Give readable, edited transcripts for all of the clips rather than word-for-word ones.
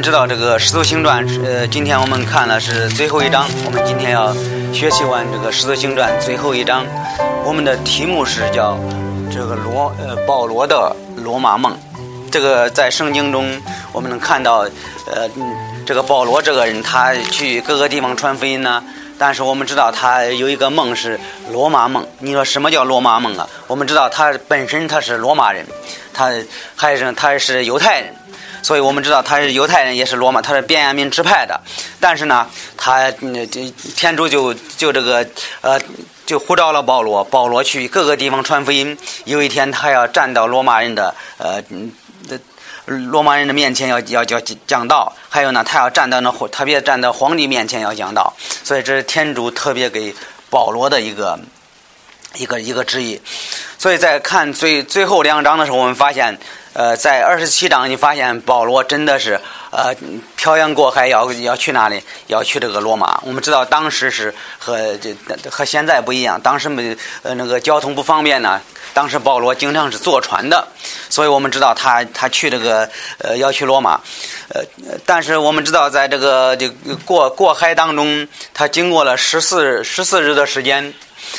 知道这个《使徒行传》，今天我们看了是最后一章，我们今天要学习完这个《使徒行传》最后一章。我们的题目是叫这个保罗的罗马梦。这个在圣经中我们能看到，这个保罗这个人他去各个地方传福音呢。但是我们知道他有一个梦是罗马梦。你说什么叫罗马梦啊？我们知道他本身他是罗马人，他是犹太人，所以我们知道他是犹太人，也是罗马，他是便雅悯支派的。但是呢，他天主就呼召了保罗去各个地方传福音。有一天他要站到罗马人的面前要讲道，还有呢，他要特别站到皇帝面前要讲道，所以这是天主特别给保罗的一个旨意。所以在看最后2章的时候，我们发现，在27章你发现保罗真的是漂洋过海要去哪里？要去这个罗马。我们知道当时是和现在不一样，当时那个交通不方便呢。当时保罗经常是坐船的，所以我们知道他去这个要去罗马。但是我们知道在这个过海当中，他经过了14日的时间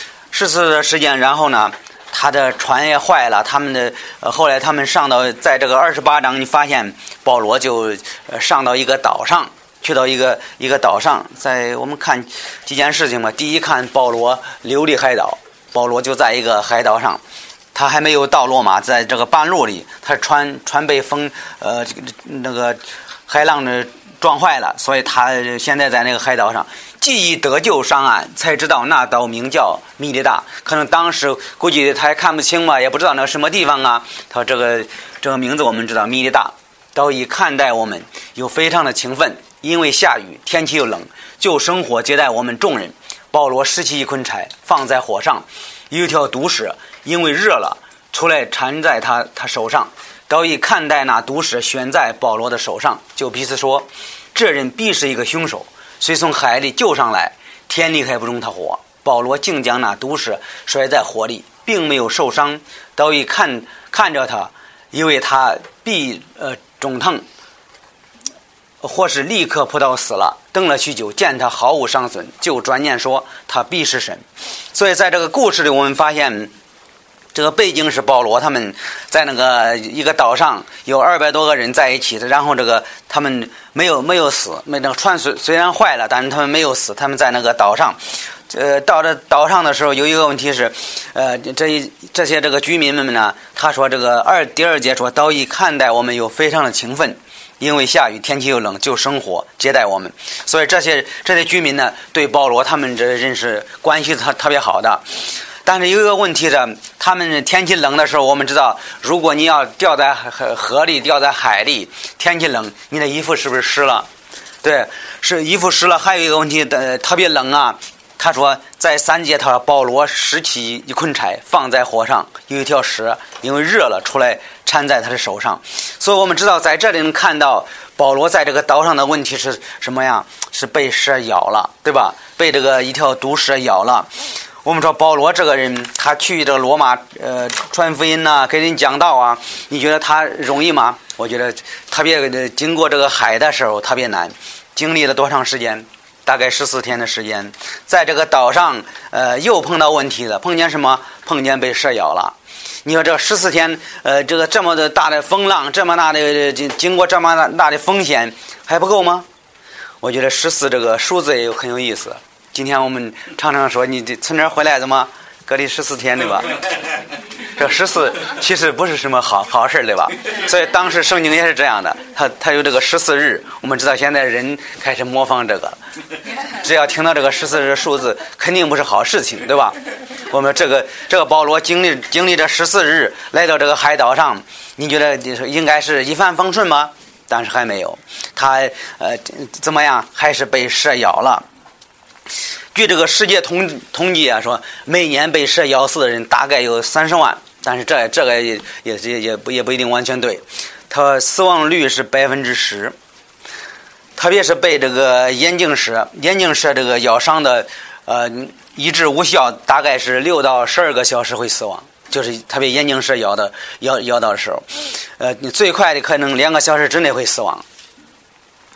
，14日的时间，然后呢，他的船也坏了。后来他们上到在这个28章，你发现保罗就上到一个岛上，去到一个岛上。我们看几件事情吧。第一，看保罗流离海岛，保罗就在一个海岛上，他还没有到罗马，在这个半路里，他船被风那个海浪的撞坏了，所以他现在在那个海岛上。既已得救上岸，才知道那岛名叫米利大。可能当时估计他还看不清吧，也不知道那什么地方啊。他这个名字我们知道米利大。岛屿看待我们有非常的勤奋，因为下雨，天气又冷，就生火接待我们众人。保罗拾起一捆柴放在火上，有一条毒蛇因为热了出来缠在他手上。岛屿看待那毒蛇悬在保罗的手上，就彼此说，这人必是一个凶手，虽从海里救上来，天离还不容他活。保罗竟将那毒蛇摔在火里，并没有受伤。岛屿看着他，以为他必肿疼，或是立刻扑倒死了。等了许久，见他毫无伤损，就转念说他必是神。所以在这个故事里，我们发现这个背景是保罗他们在那个一个岛上，有200多个人在一起的，然后他们没有死，那个船虽然坏了，但是他们没有死，他们在那个岛上。到这岛上的时候，有一个问题是，这些这个居民们呢，他说第2节说，岛屿看待我们有非常的勤奋，因为下雨，天气又冷，就生火接待我们。所以这些居民呢，对保罗他们这人是关系特别好的。但是有一个问题是，他们天气冷的时候，我们知道，如果你要掉在河里、掉在海里，天气冷，你的衣服是不是湿了？对，是衣服湿了。还有一个问题，特别冷啊。他说在3节，他说保罗拾起一捆柴放在火上，有一条蛇因为热了出来缠在他的手上。所以我们知道在这里能看到保罗在这个岛上的问题是什么呀？是被蛇咬了，对吧？被这个一条毒蛇咬了。我们说保罗这个人，他去这个罗马传福音啊，给人讲道啊，你觉得他容易吗？我觉得特别经过这个海的时候特别难。经历了多长时间？大概14天的时间。在这个岛上又碰到问题了。碰见什么？碰见被蛇咬了。你说这14天这么的大的风浪，这么大的经过这么大的风险还不够吗？我觉得14这个数字也很有意思。今天我们常常说你从这儿回来怎么隔离14天，对吧？这14其实不是什么好事，对吧？所以当时圣经也是这样的，他有这个14日。我们知道现在人开始模仿这个，只要听到这个14日数字，肯定不是好事情，对吧？我们这个保罗经历这14日来到这个海岛上，你觉得应该是一帆风顺吗？但是还没有，他怎么样？还是被蛇咬了。据这个世界统计啊，说每年被蛇咬死的人大概有30万，但是这个也不一定完全对。它死亡率是10%，特别是被这个眼镜蛇这个咬伤的，医治无效，大概是6到12个小时会死亡。就是特别眼镜蛇咬到的时候，你最快的可能2个小时之内会死亡。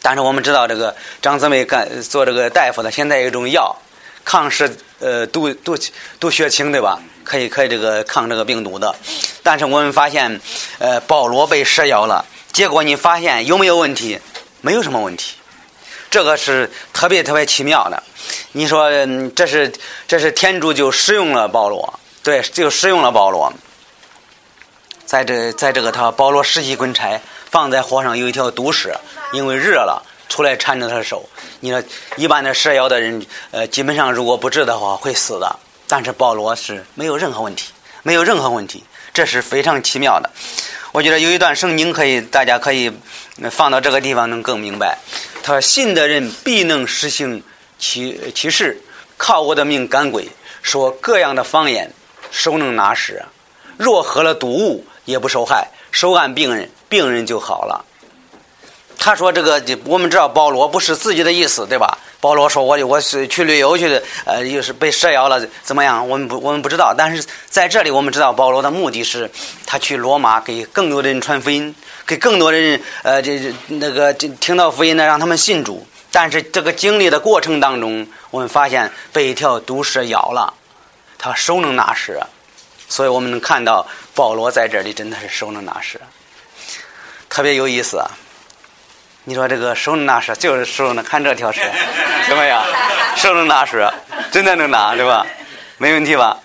但是我们知道这个张姊妹做这个大夫的，现在有一种药抗湿毒血清，对吧？可以这个抗这个病毒的。但是我们发现保罗被蛇咬了，结果你发现有没有问题？没有什么问题。这个是特别奇妙的。你说这是天主就使用了保罗，对，就使用了保罗。在这个他保罗拾起棍柴放在火上，有一条毒蛇，因为热了出来缠着他的手。你说一般的蛇咬的人基本上如果不治的话会死的，但是保罗是没有任何问题，没有任何问题，这是非常奇妙的。我觉得有一段圣经大家可以放到这个地方能更明白。他说信的人必能实行其事，靠我的命赶鬼，说各样的方言，手能拿屎，若喝了毒物也不受害，手按病人就好了。他说这个我们知道保罗不是自己的意思，对吧？保罗说我是去旅游去的，又是被蛇咬了怎么样？我们不知道。但是在这里我们知道保罗的目的是他去罗马给更多的人传福音，给更多的人听到福音呢，让他们信主。但是这个经历的过程当中，我们发现被一条毒蛇咬了，他手能拿屎，所以我们能看到保罗在这里真的是手能拿屎，特别有意思啊。你说这个手能拿蛇，就是手能看这条蛇怎么样？手能拿蛇，真的能拿，对吧？没问题吧？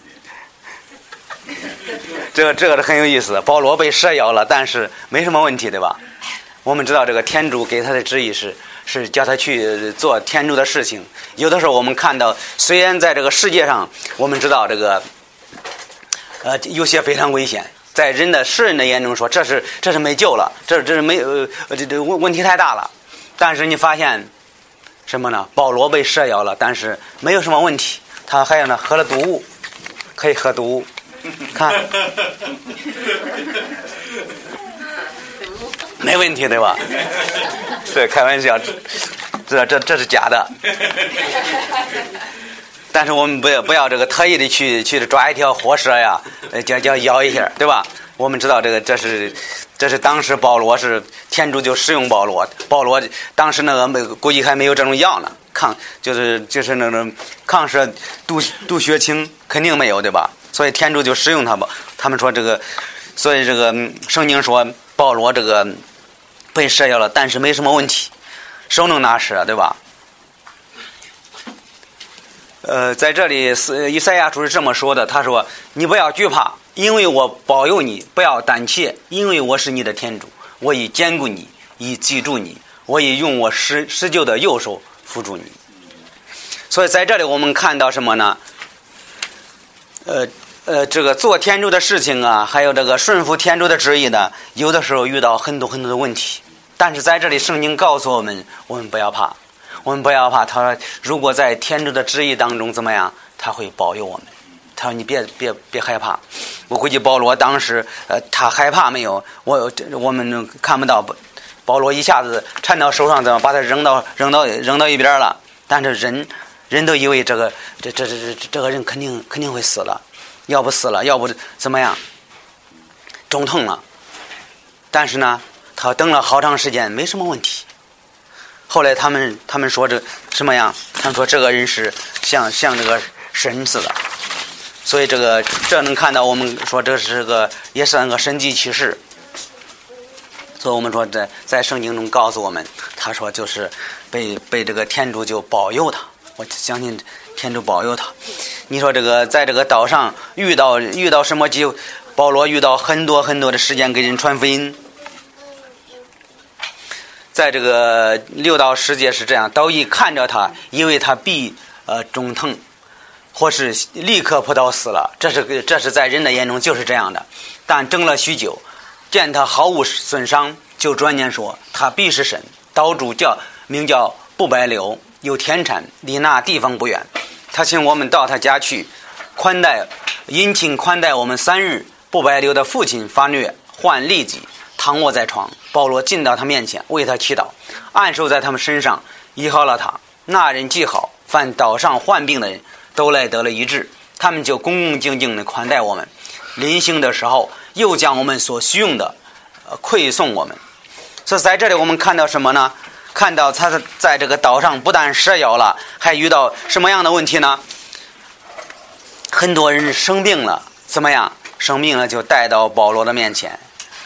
这个很有意思。保罗被蛇咬了，但是没什么问题，对吧？我们知道这个天主给他的旨意是叫他去做天主的事情。有的时候我们看到，虽然在这个世界上，我们知道这个有些非常危险。在世人的眼中说这是没救了，这是没这问题太大了。但是你发现什么呢？保罗被蛇咬了，但是没有什么问题。他还有呢，喝了毒物，可以喝毒物，看没问题，对吧？对，开玩笑，这是假的。但是我们不要这个特意的去抓一条活蛇呀，叫咬一下，对吧？我们知道这是当时保罗是天主就使用保罗当时那个估计还没有这种药呢，就是那种抗蛇毒血清肯定没有，对吧？所以天主就使用他吧。他们说这个，所以这个圣经说保罗这个被蛇咬了，但是没什么问题，手能拿蛇，对吧？在这里以赛亚书是这么说的，他说你不要惧怕，因为我保佑你，不要胆怯，因为我是你的天主，我已坚固你，已记住你，我已用我施救的右手扶住你。所以在这里我们看到什么呢？这个做天主的事情啊，还有这个顺服天主的旨意的，有的时候遇到很多的问题，但是在这里圣经告诉我们不要怕，我们不要怕。他说如果在天主的旨意当中怎么样，他会保佑我们。他说你别害怕。我估计保罗当时他害怕没有？我们看不到保罗一下子缠到手上，怎么把他扔到一边了？但是人都以为这个人肯定会死了，要不死了，要不怎么样中痛了。但是呢，他等了好长时间没什么问题。后来他们说这什么样？他们说这个人是像这个神似的。所以这能看到我们说这是也是那个神迹奇事。所以我们说在圣经中告诉我们，他说就是被这个天主就保佑他。我相信天主保佑他。你说在这个岛上遇到什么机会？保罗遇到很多的时间给人传福音。在这个6到10节是这样，都一看着他，以为他必中疼，或是立刻扑倒死了。这是在人的眼中就是这样的。但争了许久，见他毫无损伤，就转念说他必是神。岛主名叫布白流，有田产，离那地方不远。他请我们到他家去殷勤宽待我们3日。布白流的父亲发疟，患痢疾，躺卧在床。保罗进到他面前，为他祈祷，按手在他们身上，医好了他。那人既好，凡岛上患病的人都来得了医治。他们就恭恭敬敬地款待我们，临行的时候又将我们所需用的馈送我们。所以在这里我们看到什么呢？ 看到他在这个岛上不但蛇咬了，还遇到什么样的问题呢？很多人生病了，怎么样？生病了就带到保罗的面前，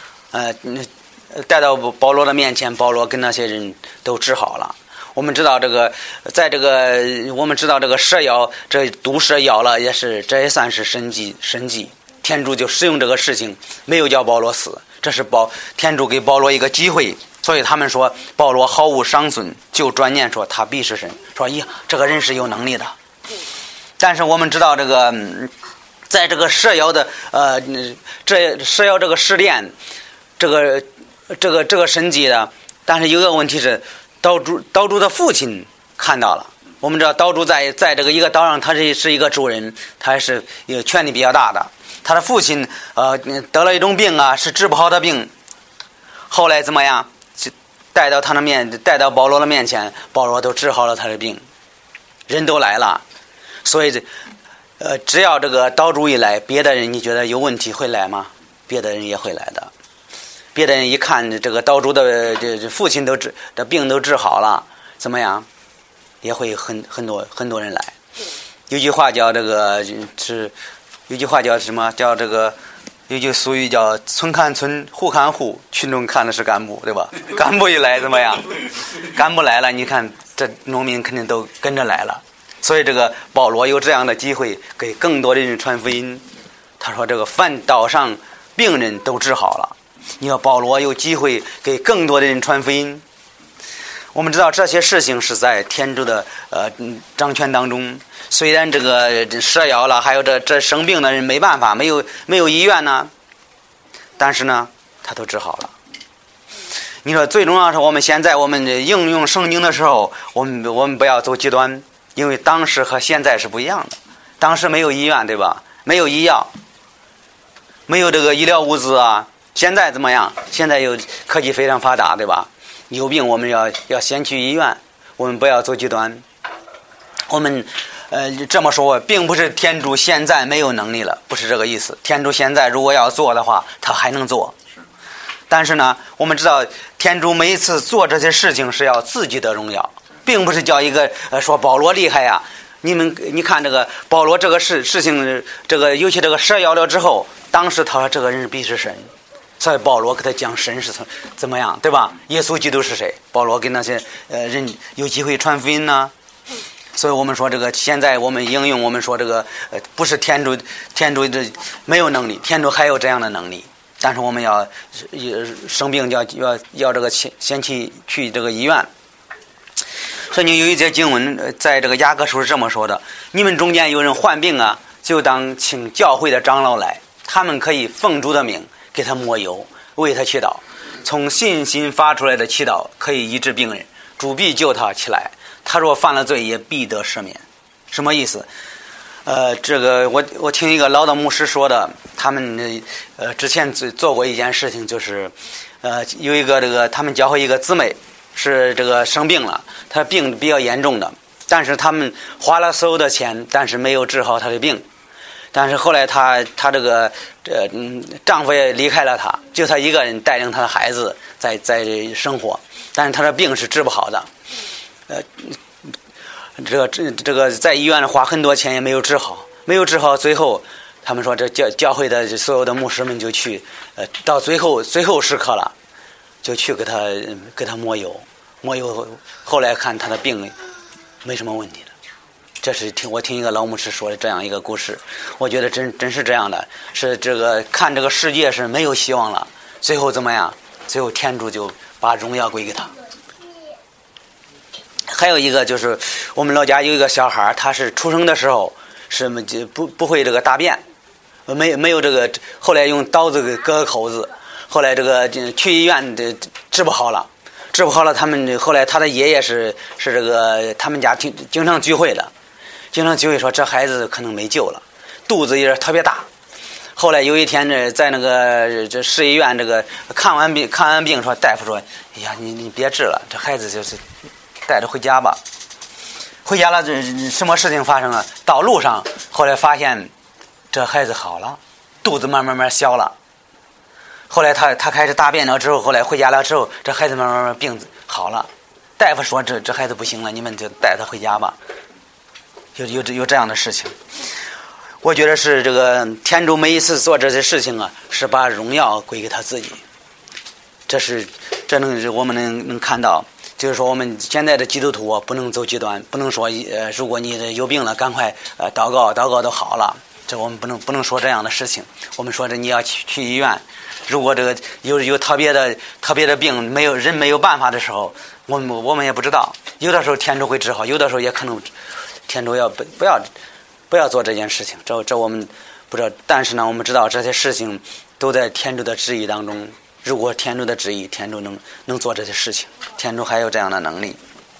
带到保罗的面前，保罗跟那些人都治好了。我们知道这个，我们知道这个蛇咬，这毒蛇咬了，这也算是神迹。天主就使用这个事情，没有叫保罗死，这是天主给保罗一个机会。所以他们说保罗毫无伤损，就转念说他必是神，说呀，这个人是有能力的。但是我们知道这个，在这个蛇咬的蛇咬这个试炼，这个神迹的，但是有个问题是，岛主的父亲看到了。我们知道岛主在这个一个岛上，他是一个主人，他是有权力比较大的。他的父亲得了一种病啊，是治不好的病。后来怎么样？带到保罗的面前，保罗都治好了他的病，人都来了。所以只要这个岛主一来，别的人你觉得有问题会来吗？别的人也会来的。别的人一看这个岛主的父亲这病都治好了，怎么样？也会很多人来。有句话叫这个有句话叫什么？叫这个有句俗语叫村看村，户看户，群众看的是干部，对吧？干部一来怎么样？干部来了，你看这农民肯定都跟着来了。所以这个保罗有这样的机会给更多的人传福音。他说这个凡岛上病人都治好了，你说保罗有机会给更多的人传福音。我们知道这些事情是在天主的掌权当中。虽然这个蛇咬了，还有这生病的人没办法，没有医院呢，但是呢他都治好了。你说最重要是我们现在我们应用圣经的时候，我们不要走极端，因为当时和现在是不一样的。当时没有医院，对吧？没有医药，没有这个医疗物资啊。现在怎么样？现在有科技非常发达，对吧？有病我们要先去医院，我们不要走极端。我们这么说，并不是天主现在没有能力了，不是这个意思。天主现在如果要做的话，他还能做。但是呢，我们知道天主每一次做这些事情是要自己的荣耀，并不是叫一个说保罗厉害呀。你看这个保罗这个事情，这个尤其这个蛇咬了之后，当时他说这个人必是神。所以保罗给他讲神是怎么样，对吧？耶稣基督是谁？保罗跟那些人有机会传福音呢。所以我们说这个现在我们应用，我们说这个不是天主这没有能力，天主还有这样的能力。但是我们要生病要这个先去这个医院。圣经有一节经文，在这个雅各书是这么说的：你们中间有人患病啊，就当请教会的长老来，他们可以奉主的名给他抹油，为他祈祷。从信心发出来的祈祷可以医治病人，主必救他起来。他若犯了罪，也必得赦免。什么意思？这个我听一个老的牧师说的，他们之前做过一件事情，就是有一个这个他们教会一个姊妹是这个生病了，她病比较严重的，但是他们花了所有的钱，但是没有治好她的病。但是后来她这个丈夫也离开了她，就她一个人带领她的孩子在生活，但是她的病是治不好的。这个在医院花很多钱也没有治好，最后他们说这教会的所有的牧师们就去到最后时刻了，就去给他抹油，后来看他的病没什么问题了。这是我听一个老牧师说的这样一个故事，我觉得真是这样的，是这个看这个世界是没有希望了，最后怎么样？最后天主就把荣耀归给他。还有一个就是我们老家有一个小孩，他是出生的时候是不会这个大便，没有这个，后来用刀子给割个口子，后来这个去医院治不好了，他们后来他的爷爷是这个他们家经常聚会的，说这孩子可能没救了，肚子也特别大。后来有一天呢，在那个这市医院这个看完病说，大夫说，哎呀，你别治了，这孩子就是带着回家吧。回家了，这什么事情发生了？到路上，后来发现这孩子好了，肚子慢慢消了。后来他开始大便了之后，后来回家了之后，这孩子慢慢病好了， 大夫说这孩子不行了，你们就带他回家吧。有这样的事情。我觉得是这个天主每一次做这些事情啊，是把荣耀归给他自己。我们能看到，就是说我们现在的基督徒啊，不能走极端，不能说如果你有病了，赶快祷告都好了。这我们不能说这样的事情。我们说你要去医院，如果这个有特别的病，没有办法的时候，我们也不知道。有的时候天主会治好，有的时候也可能天主要不要做这件事情。这我们不知道。但是呢，我们知道这些事情都在天主的旨意当中。如果天主的旨意，天主能做这些事情，天主还有这样的能力。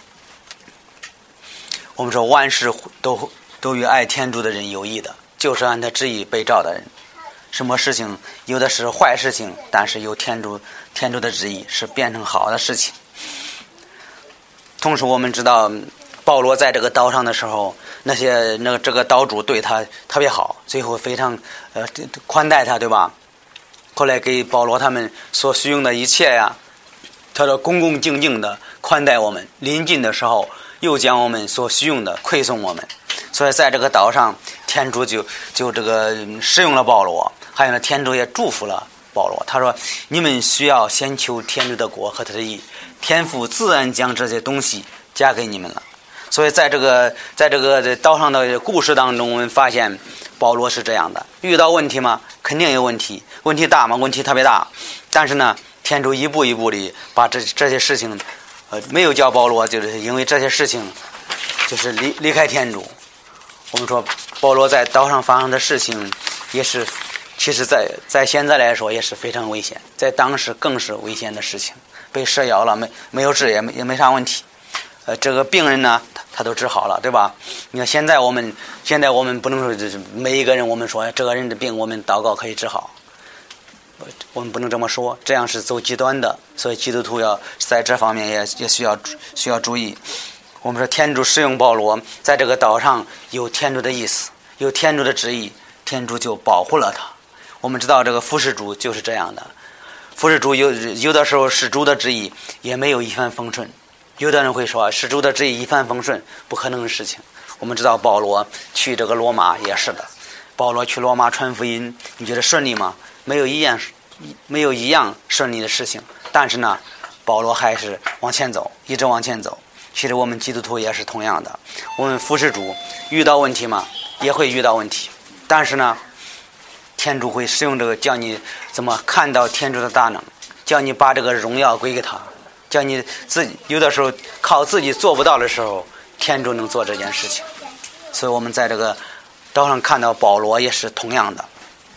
我们说万事都与爱天主的人有益的，就是按他旨意被召的人。什么事情有的是坏事情，但是有天主的旨意是变成好的事情。同时我们知道保罗在这个岛上的时候，这个岛主对他特别好，最后非常宽待他，对吧？后来给保罗他们所需用的一切呀，他都恭恭敬敬的宽待我们。临近的时候，又将我们所需用的馈送我们。所以在这个岛上，天主就这个使用了保罗，还有呢，天主也祝福了保罗。他说：“你们需要先求天主的国和他的义，天父自然将这些东西加给你们了。”所以在这个岛上的故事当中，我们发现保罗是这样的：遇到问题吗？肯定有问题。问题大吗？问题特别大。但是呢，天主一步一步地把这些事情，没有叫保罗，就是因为这些事情就是离开天主。我们说保罗在岛上发生的事情，也是其实在现在来说也是非常危险，在当时更是危险的事情。被蛇咬了，没有治也没啥问题。这个病人呢，他都治好了，对吧？你看现在我们不能说就是每一个人，我们说这个人的病我们祷告可以治好，我们不能这么说，这样是走极端的。所以基督徒要在这方面也需要注意。我们说天主使用保罗在这个岛上，有天主的意思，有天主的旨意，天主就保护了他。我们知道这个服侍主就是这样的，服侍主有的时候是主的旨意也没有一帆风顺。有的人会说是主的旨意一帆风顺，不可能的事情。我们知道保罗去这个罗马也是的，保罗去罗马传福音，你觉得顺利吗？没有一样顺利的事情。但是呢，保罗还是往前走，一直往前走。其实我们基督徒也是同样的，我们服侍主遇到问题嘛，也会遇到问题。但是呢，天主会使用这个，叫你怎么看到天主的大能，叫你把这个荣耀归给他，叫你自己有的时候靠自己做不到的时候，天主能做这件事情。所以我们在这个岛上看到保罗也是同样的。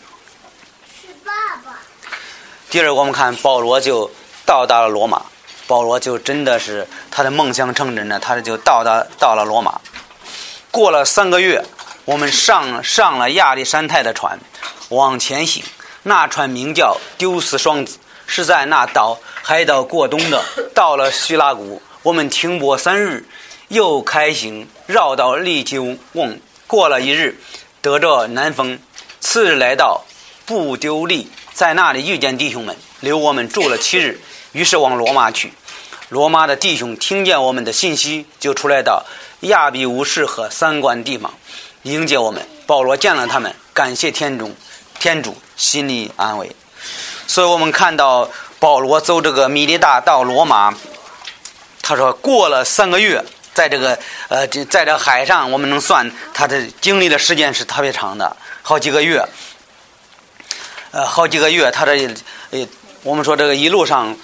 第二，我们看保罗就到达了罗马，保罗就真的是他的梦想成真了，他就到了罗马。过了3个月，我们上了亚历山泰的船往前行，那船名叫丢斯双子，是在那海岛过冬的。到了叙拉古，我们停泊3日，又开行绕到利丘瓮，过了1日，得着南风。次日来到布丢利，在那里遇见弟兄们，留我们住了7日，于是往罗马去。罗马的弟兄听见我们的信息，就出来到亚比乌市和3关地方迎接我们。保罗见了他们，感谢天主，心里安慰。所以我们看到保罗走这个米利大到罗马，他说过了3个月，在这个海上，我们能算他的经历的时间是特别长的，好几个月。他我们说这个一路上，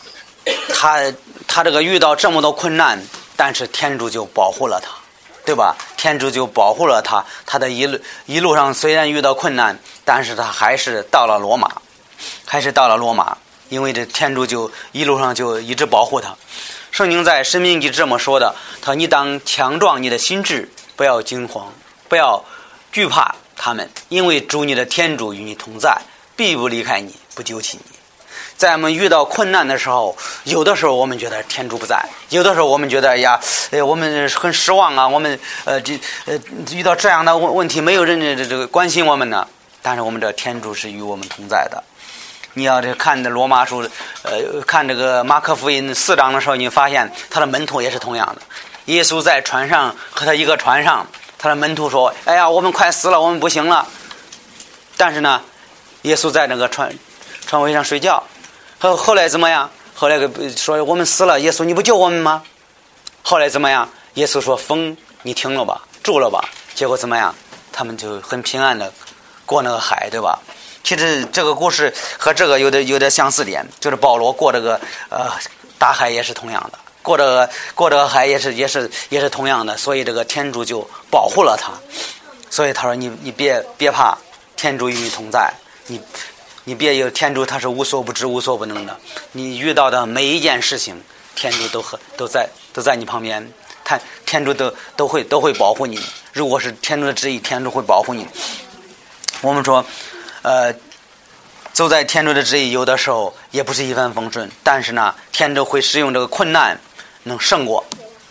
他这个遇到这么多困难，但是天主就保护了他，对吧？天主就保护了他，他的一路上虽然遇到困难，但是他还是到了罗马，因为这天主就一路上就一直保护他。圣经在申命记这么说的，他你当强壮你的心志，不要惊慌，不要惧怕他们，因为主你的天主与你同在，必不离开你，不丢弃你。在我们遇到困难的时候，有的时候我们觉得天主不在，有的时候我们觉得我们很失望啊，我们遇到这样的问题，没有人这个关心我们呢。但是我们这天主是与我们同在的。 你要是看的罗马书，看这个马可福音4章的时候，你发现他的门徒也是同样的。耶稣在船上和他一个船上，他的门徒说：“哎呀，我们快死了，我们不行了。”但是呢，耶稣在那个船尾上睡觉。后来怎么样？后来说我们死了，耶稣你不救我们吗？后来怎么样？耶稣说：“风你停了吧，住了吧。”结果怎么样？他们就很平安的过那个海，对吧？其实这个故事和这个有点相似点，就是保罗过这个大海也是同样的，过这个海也是同样的，所以这个天主就保护了他。所以他说你别怕，天主与你同在，你别有天主他是无所不知无所不能的，你遇到的每一件事情，天主都在你旁边，天主都会保护你。如果是天主的旨意，天主会保护你。我们说走在天主的旨意，有的时候也不是一帆风顺，但是呢，天主会使用这个困难能胜过。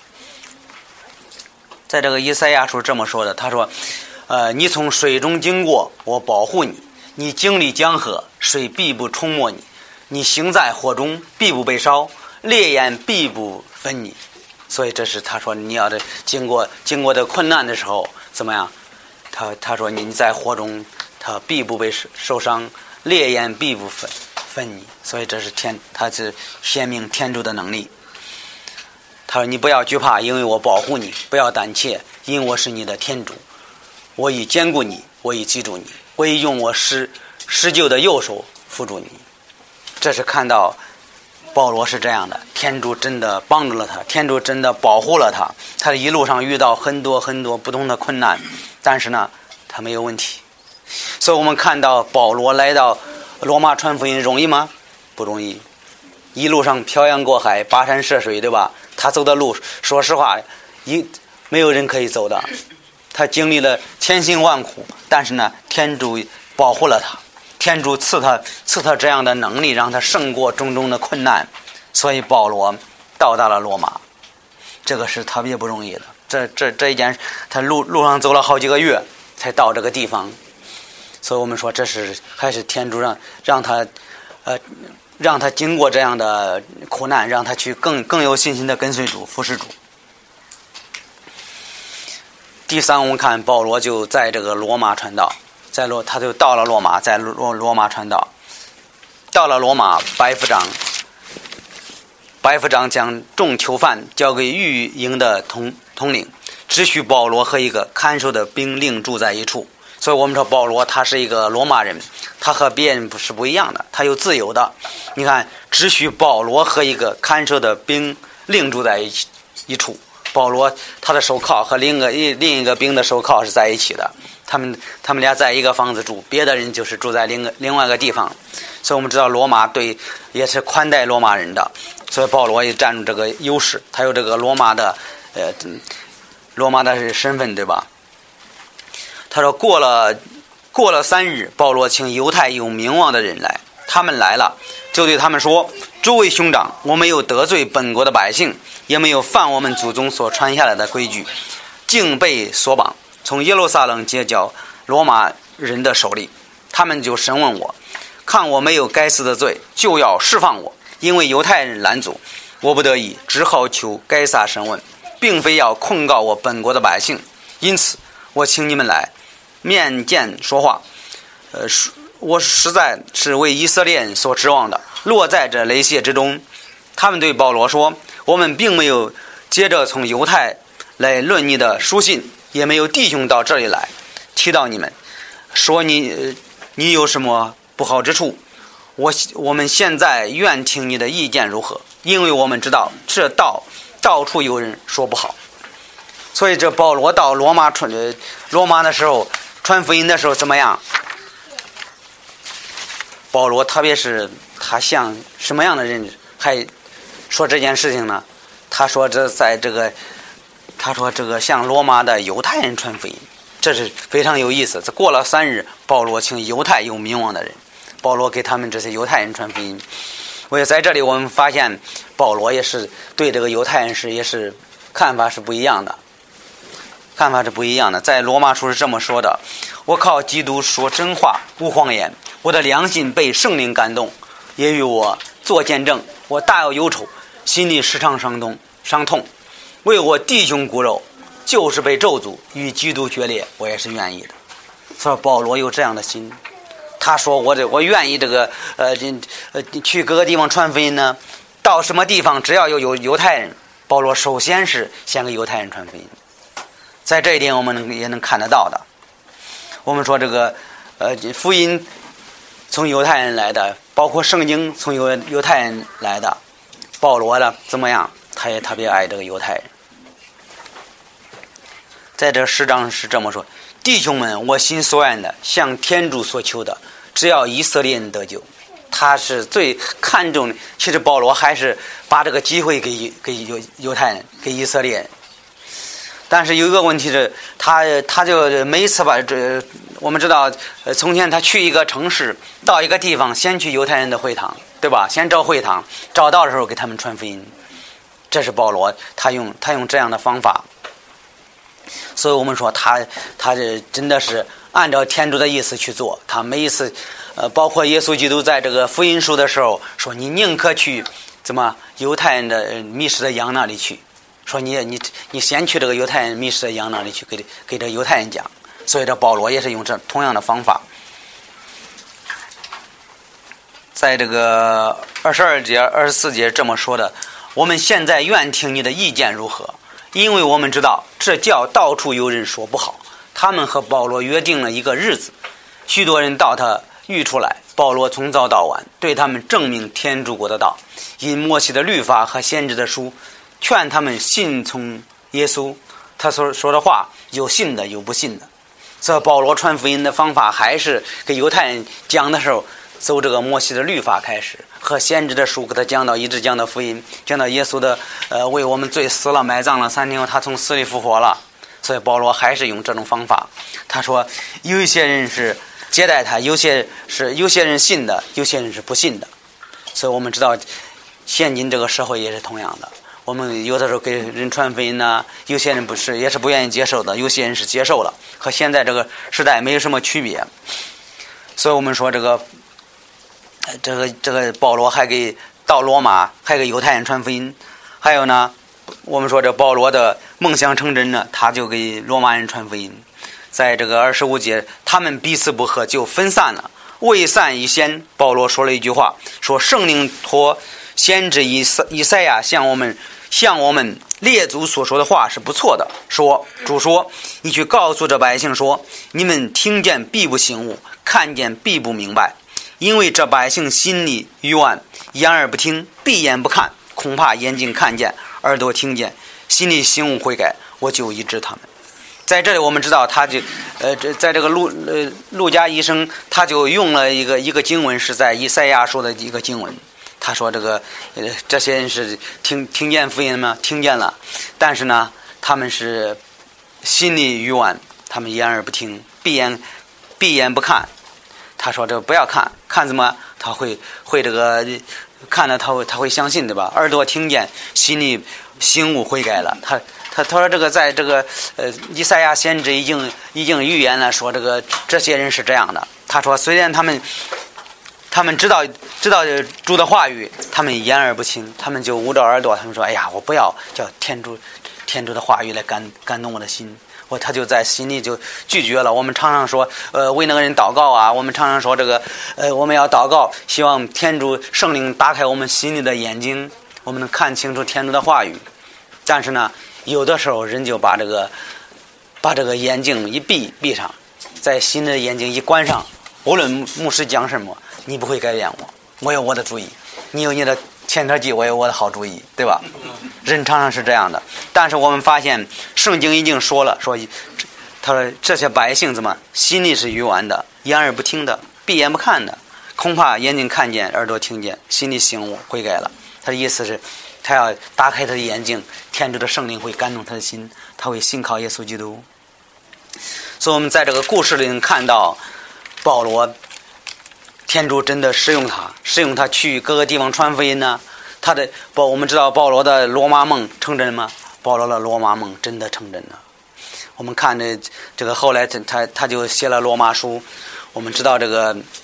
在这个以赛亚书这么说的，他说你从水中经过，我保护你，你经历江河，水必不冲没你，你行在火中，必不被烧，烈焰必不分你。所以这是他说你要的经过的困难的时候怎么样，他说你在火中，他必不被受伤，烈焰必不分你。所以这是他是显明天主的能力。他说你不要惧怕，因为我保护你，不要胆怯，因我是你的天主，我已坚固你，我已记住你，我已用我施救的右手扶住你。这是看到保罗是这样的，天主真的帮助了他，天主真的保护了他。他的一路上遇到很多不同的困难，但是呢他没有问题。所以我们看到保罗来到罗马传福音容易吗？不容易。一路上漂洋过海，跋山涉水，对吧？他走的路说实话没有人可以走的，他经历了千辛万苦，但是呢天主保护了他，天主赐他这样的能力，让他胜过种种的困难。所以保罗到达了罗马，这个是特别不容易的。这一件他路上走了好几个月才到这个地方。所以我们说这是还是天主让他经过这样的苦难，让他去更有信心的跟随主服侍主。第三，我们看保罗就在这个罗马传道，他就到了罗马，在罗马传道。到了罗马，百夫长将众囚犯交给狱营的统领，只许保罗和一个看守的兵令住在一处。所以我们说保罗他是一个罗马人，他和别人是不一样的，他有自由的。你看，只许保罗和一个看守的兵令住在一处。保罗他的手铐和另一个兵的手铐是在一起的，他们俩在一个房子住，别的人就是住在另外一个地方。所以我们知道罗马也是宽待罗马人的，所以保罗也占住这个优势，他有这个罗马的身份，对吧？他说过了3日，保罗请犹太有名望的人来，他们来了，就对他们说：诸位兄长，我没有得罪本国的百姓，也没有犯我们祖宗所传下来的规矩，竟被索绑，从耶路撒冷接交罗马人的手里。他们就审问我，看我没有该死的罪，就要释放我。因为犹太人拦阻，我不得已只好求该撒审问，并非要控告我本国的百姓。因此我请你们来面见说话。我实在是为以色列人所指望的，落在这雷泄之中。他们对保罗说：我们并没有接着从犹太来论你的书信，也没有弟兄到这里来提到你们，说你有什么不好之处。我们现在愿听你的意见如何，因为我们知道这到处有人说不好。所以这保罗到罗马的时候，传福音的时候怎么样？保罗特别是他向什么样的人还说这件事情呢？他说这个向罗马的犹太人传福音，这是非常有意思。这过了3日，保罗请犹太有名望的人，保罗给他们这些犹太人传福音。在这里我们发现保罗也是对这个犹太人也是看法是不一样的。在罗马书是这么说的：我靠基督说真话，无谎言， 我的良心被圣灵感动，也与我做见证。我大有忧愁，心里时常伤痛，为我弟兄骨肉就是被咒诅，与基督决裂，我也是愿意的。所以保罗有这样的心，他说我愿意这个去各个地方传福音呢，到什么地方只要有犹太人，保罗首先是先给犹太人传福音。在这一点我们也能看得到的。我们说这个福音从犹太人来的，包括圣经从犹太人来的，保罗呢怎么样，他也特别爱这个犹太人。在这10章是这么说：弟兄们，我心所愿的，向天主所求的，只要以色列人得救。他是最看重的。其实保罗还是把这个机会给犹太人，给以色列人。但是有一个问题是，他就每一次把我们知道，从前他去一个城市，到一个地方，先去犹太人的会堂，对吧？先找会堂，找到的时候给他们传福音。这是保罗，他用这样的方法。所以我们说他这真的是按照天主的意思去做。他每一次包括耶稣基督在这个福音书的时候说，你宁可去犹太人的迷失的羊那里去，说你先去这个犹太人迷失的羊那里去给这犹太人讲。所以这保罗也是用这同样的方法。在这个22节24节这么说的：我们现在愿听你的意见如何，因为我们知道这教到处有人说不好。他们和保罗约定了一个日子，许多人到他寓出来，保罗从早到晚对他们证明天主国的道，因摩西的律法和先知的书，劝他们信从耶稣。他所说的话有信的有不信的。所以保罗传福音的方法还是给犹太人讲的时候走这个摩西的律法开始，和先知的书给他讲到，一直讲到福音，讲到耶稣的为我们罪死了，埋葬了，3天后他从死里复活了。所以保罗还是用这种方法。他说有一些人是接待他，有些人信的，有些人是不信的。所以我们知道现今这个社会也是同样的，我们有的时候给人传福音呢，有些人也是不愿意接受的，有些人是接受了，和现在这个时代没有什么区别。所以我们说这个保罗还给到罗马，还给犹太人传福音。还有呢，我们说这保罗的梦想成真呢，他就给罗马人传福音。在这个25节，他们彼此不和，就分散了。未散以先，保罗说了一句话，说圣灵托先知以赛亚向我们列祖所说的话是不错的。主说，你去告诉这百姓说，你们听见必不醒悟，看见必不明白，因为这百姓心里愚顽，眼耳不听，闭眼不看，恐怕眼睛看见，耳朵听见，心里醒悟悔改，我就医治他们。在这里我们知道，他就在这个路加医生他就用了一个经文，是在以赛亚说的一个经文。他说这些人是听见福音吗？听见了，但是呢他们是心里愚顽，他们眼耳不听，闭眼不看。他说这个不要看怎么他会这个看了他会相信，对吧？耳朵听见，心里醒悟悔改了。他说这个在这个以赛亚先知已经预言了，说这些人是这样的。他说虽然他们知道主的话语，他们眼耳不清，他们就捂着耳朵，他们说哎呀，我不要叫天主的话语来感动我的心。他就在心里就拒绝了。我们常常说为那个人祷告啊，我们常常说我们要祷告，希望天主圣灵打开我们心里的眼睛，我们能看清楚天主的话语。但是呢有的时候人就把这个眼睛一闭上，在心里的眼睛一关上，无论牧师讲什么，你不会改变我有我的主意，你有你的前车计，我有我的好主意，对吧？人常常是这样的。但是我们发现圣经已经说了，他说这些百姓心里是愚顽的，眼耳不听的，闭眼不看的，恐怕眼睛看见，耳朵听见，心里醒悟悔改了。他的意思是他要打开他的眼睛，天主的圣灵会感动他的心，他会信靠耶稣基督。所以我们在这个故事里能看到保罗，天主真的使用他去各个地方传福音呢。我们知道保罗的罗马梦成真吗？保罗的罗马梦真的成真了。我们看这个后来他就写了罗马书。我们知道这个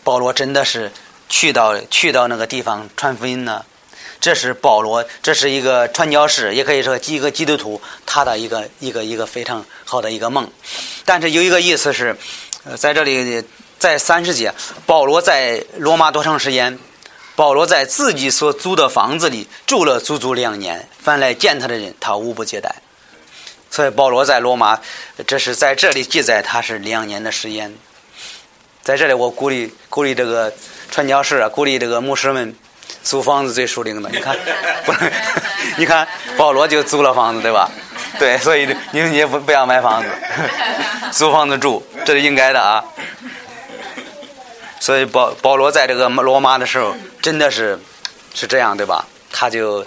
保罗真的是去到那个地方传福音呢？这是保罗，这是一个传教士，也可以说一个基督徒他的一个非常好的一个梦。但是有一个意思是，在这里在30节，保罗在罗马多长时间？保罗在自己所租的房子里住了足足2年，凡来见他的人，他无不接待。所以保罗在罗马，这是在这里记载他是2年的时间。在这里我鼓励这个传教士啊，鼓励这个牧师们，租房子最属灵的。你看，你看保罗就租了房子，对吧？对，所以你也不要买房子，租房子住，这是应该的啊。所以保罗在这个罗马的时候，真的是这样，对吧？他就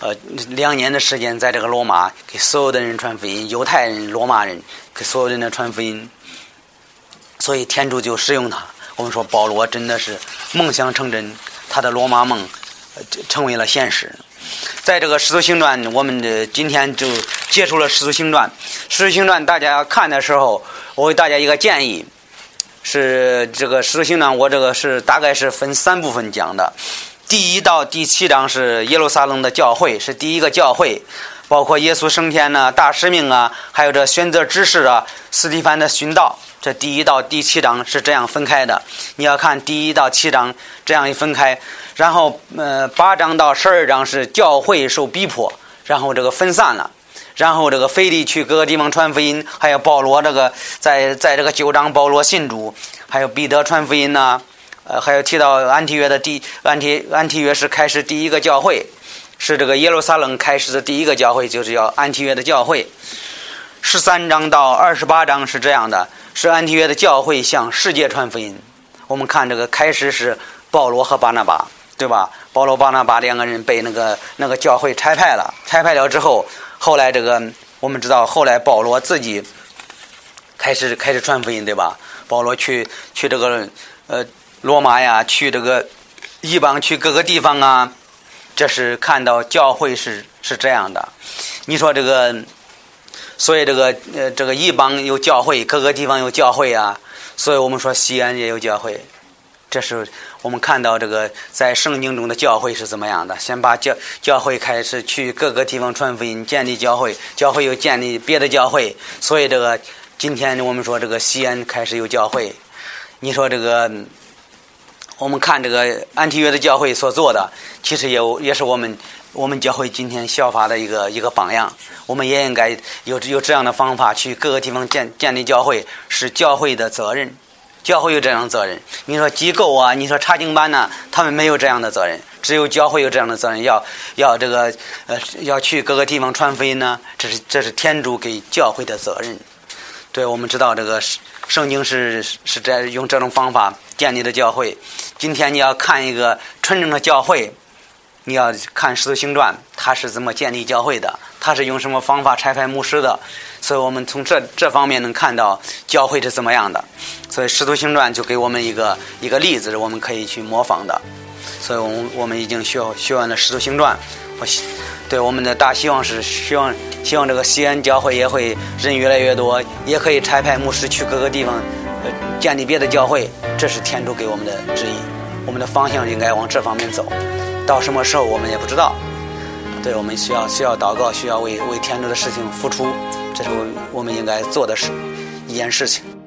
2年的时间在这个罗马给所有的人传福音，犹太人、罗马人给所有人的传福音。所以天主就使用他。我们说保罗真的是梦想成真，他的罗马梦成为了现实。在这个使徒行传，我们今天就结束了使徒行传。使徒行传大家看的时候，我给大家一个建议，是这个使徒行传，我这个是大概是分3部分讲的。第1到第7章是耶路撒冷的教会，是第一个教会，包括耶稣升天啊、大使命啊，还有这选择执事啊、司提反的殉道。这第1到第7章是这样分开的。你要看第1到7章这样一分开，然后8章到12章是教会受逼迫，然后这个分散了，然后这个腓利去各个地方传福音，还有保罗这个在这个9章保罗信主，还有彼得传福音呐，还有提到安提约的安提约是开始第一个教会，是这个耶路撒冷开始的第一个教会，就是叫安提约的教会。13章到28章是这样的，是安提约的教会向世界传福音。我们看这个开始是保罗和巴拿巴，对吧？保罗巴拿巴2个人被那个教会拆派了之后，后来这个我们知道，后来保罗自己开始传福音，对吧？保罗去这个罗马呀，去这个异邦，去各个地方啊，这是看到教会是这样的。你说这个，所以这个异邦有教会，各个地方有教会啊，所以我们说西安也有教会。这是我们看到这个在圣经中的教会是怎么样的。先把教会开始去各个地方传福音，建立教会，教会又建立别的教会，所以这个今天我们说这个西安开始有教会。你说这个我们看这个安提约的教会所做的，其实也是我们教会今天效法的一个榜样。我们也应该有这样的方法去各个地方建立教会，是教会的责任。教会有这样的责任。你说机构啊，你说查经班呢，他们没有这样的责任，只有教会有这样的责任，要这个要去各个地方传福音呢，这是天主给教会的责任。对，我们知道这个圣经是在用这种方法建立的教会。今天你要看一个纯正的教会，你要看使徒行传，他是怎么建立教会的，他是用什么方法差派牧师的。所以我们从这方面能看到教会是怎么样的。所以使徒行传就给我们一个例子，我们可以去模仿的。所以我们已经学完了使徒行传。对，我们的大希望是希望这个西安教会也会人越来越多，也可以差派牧师去各个地方建立别的教会。这是天主给我们的旨意，我们的方向应该往这方面走。到什么时候我们也不知道。对，我们需要祷告，需要为天主的事情付出，这是我们应该做的一件事情。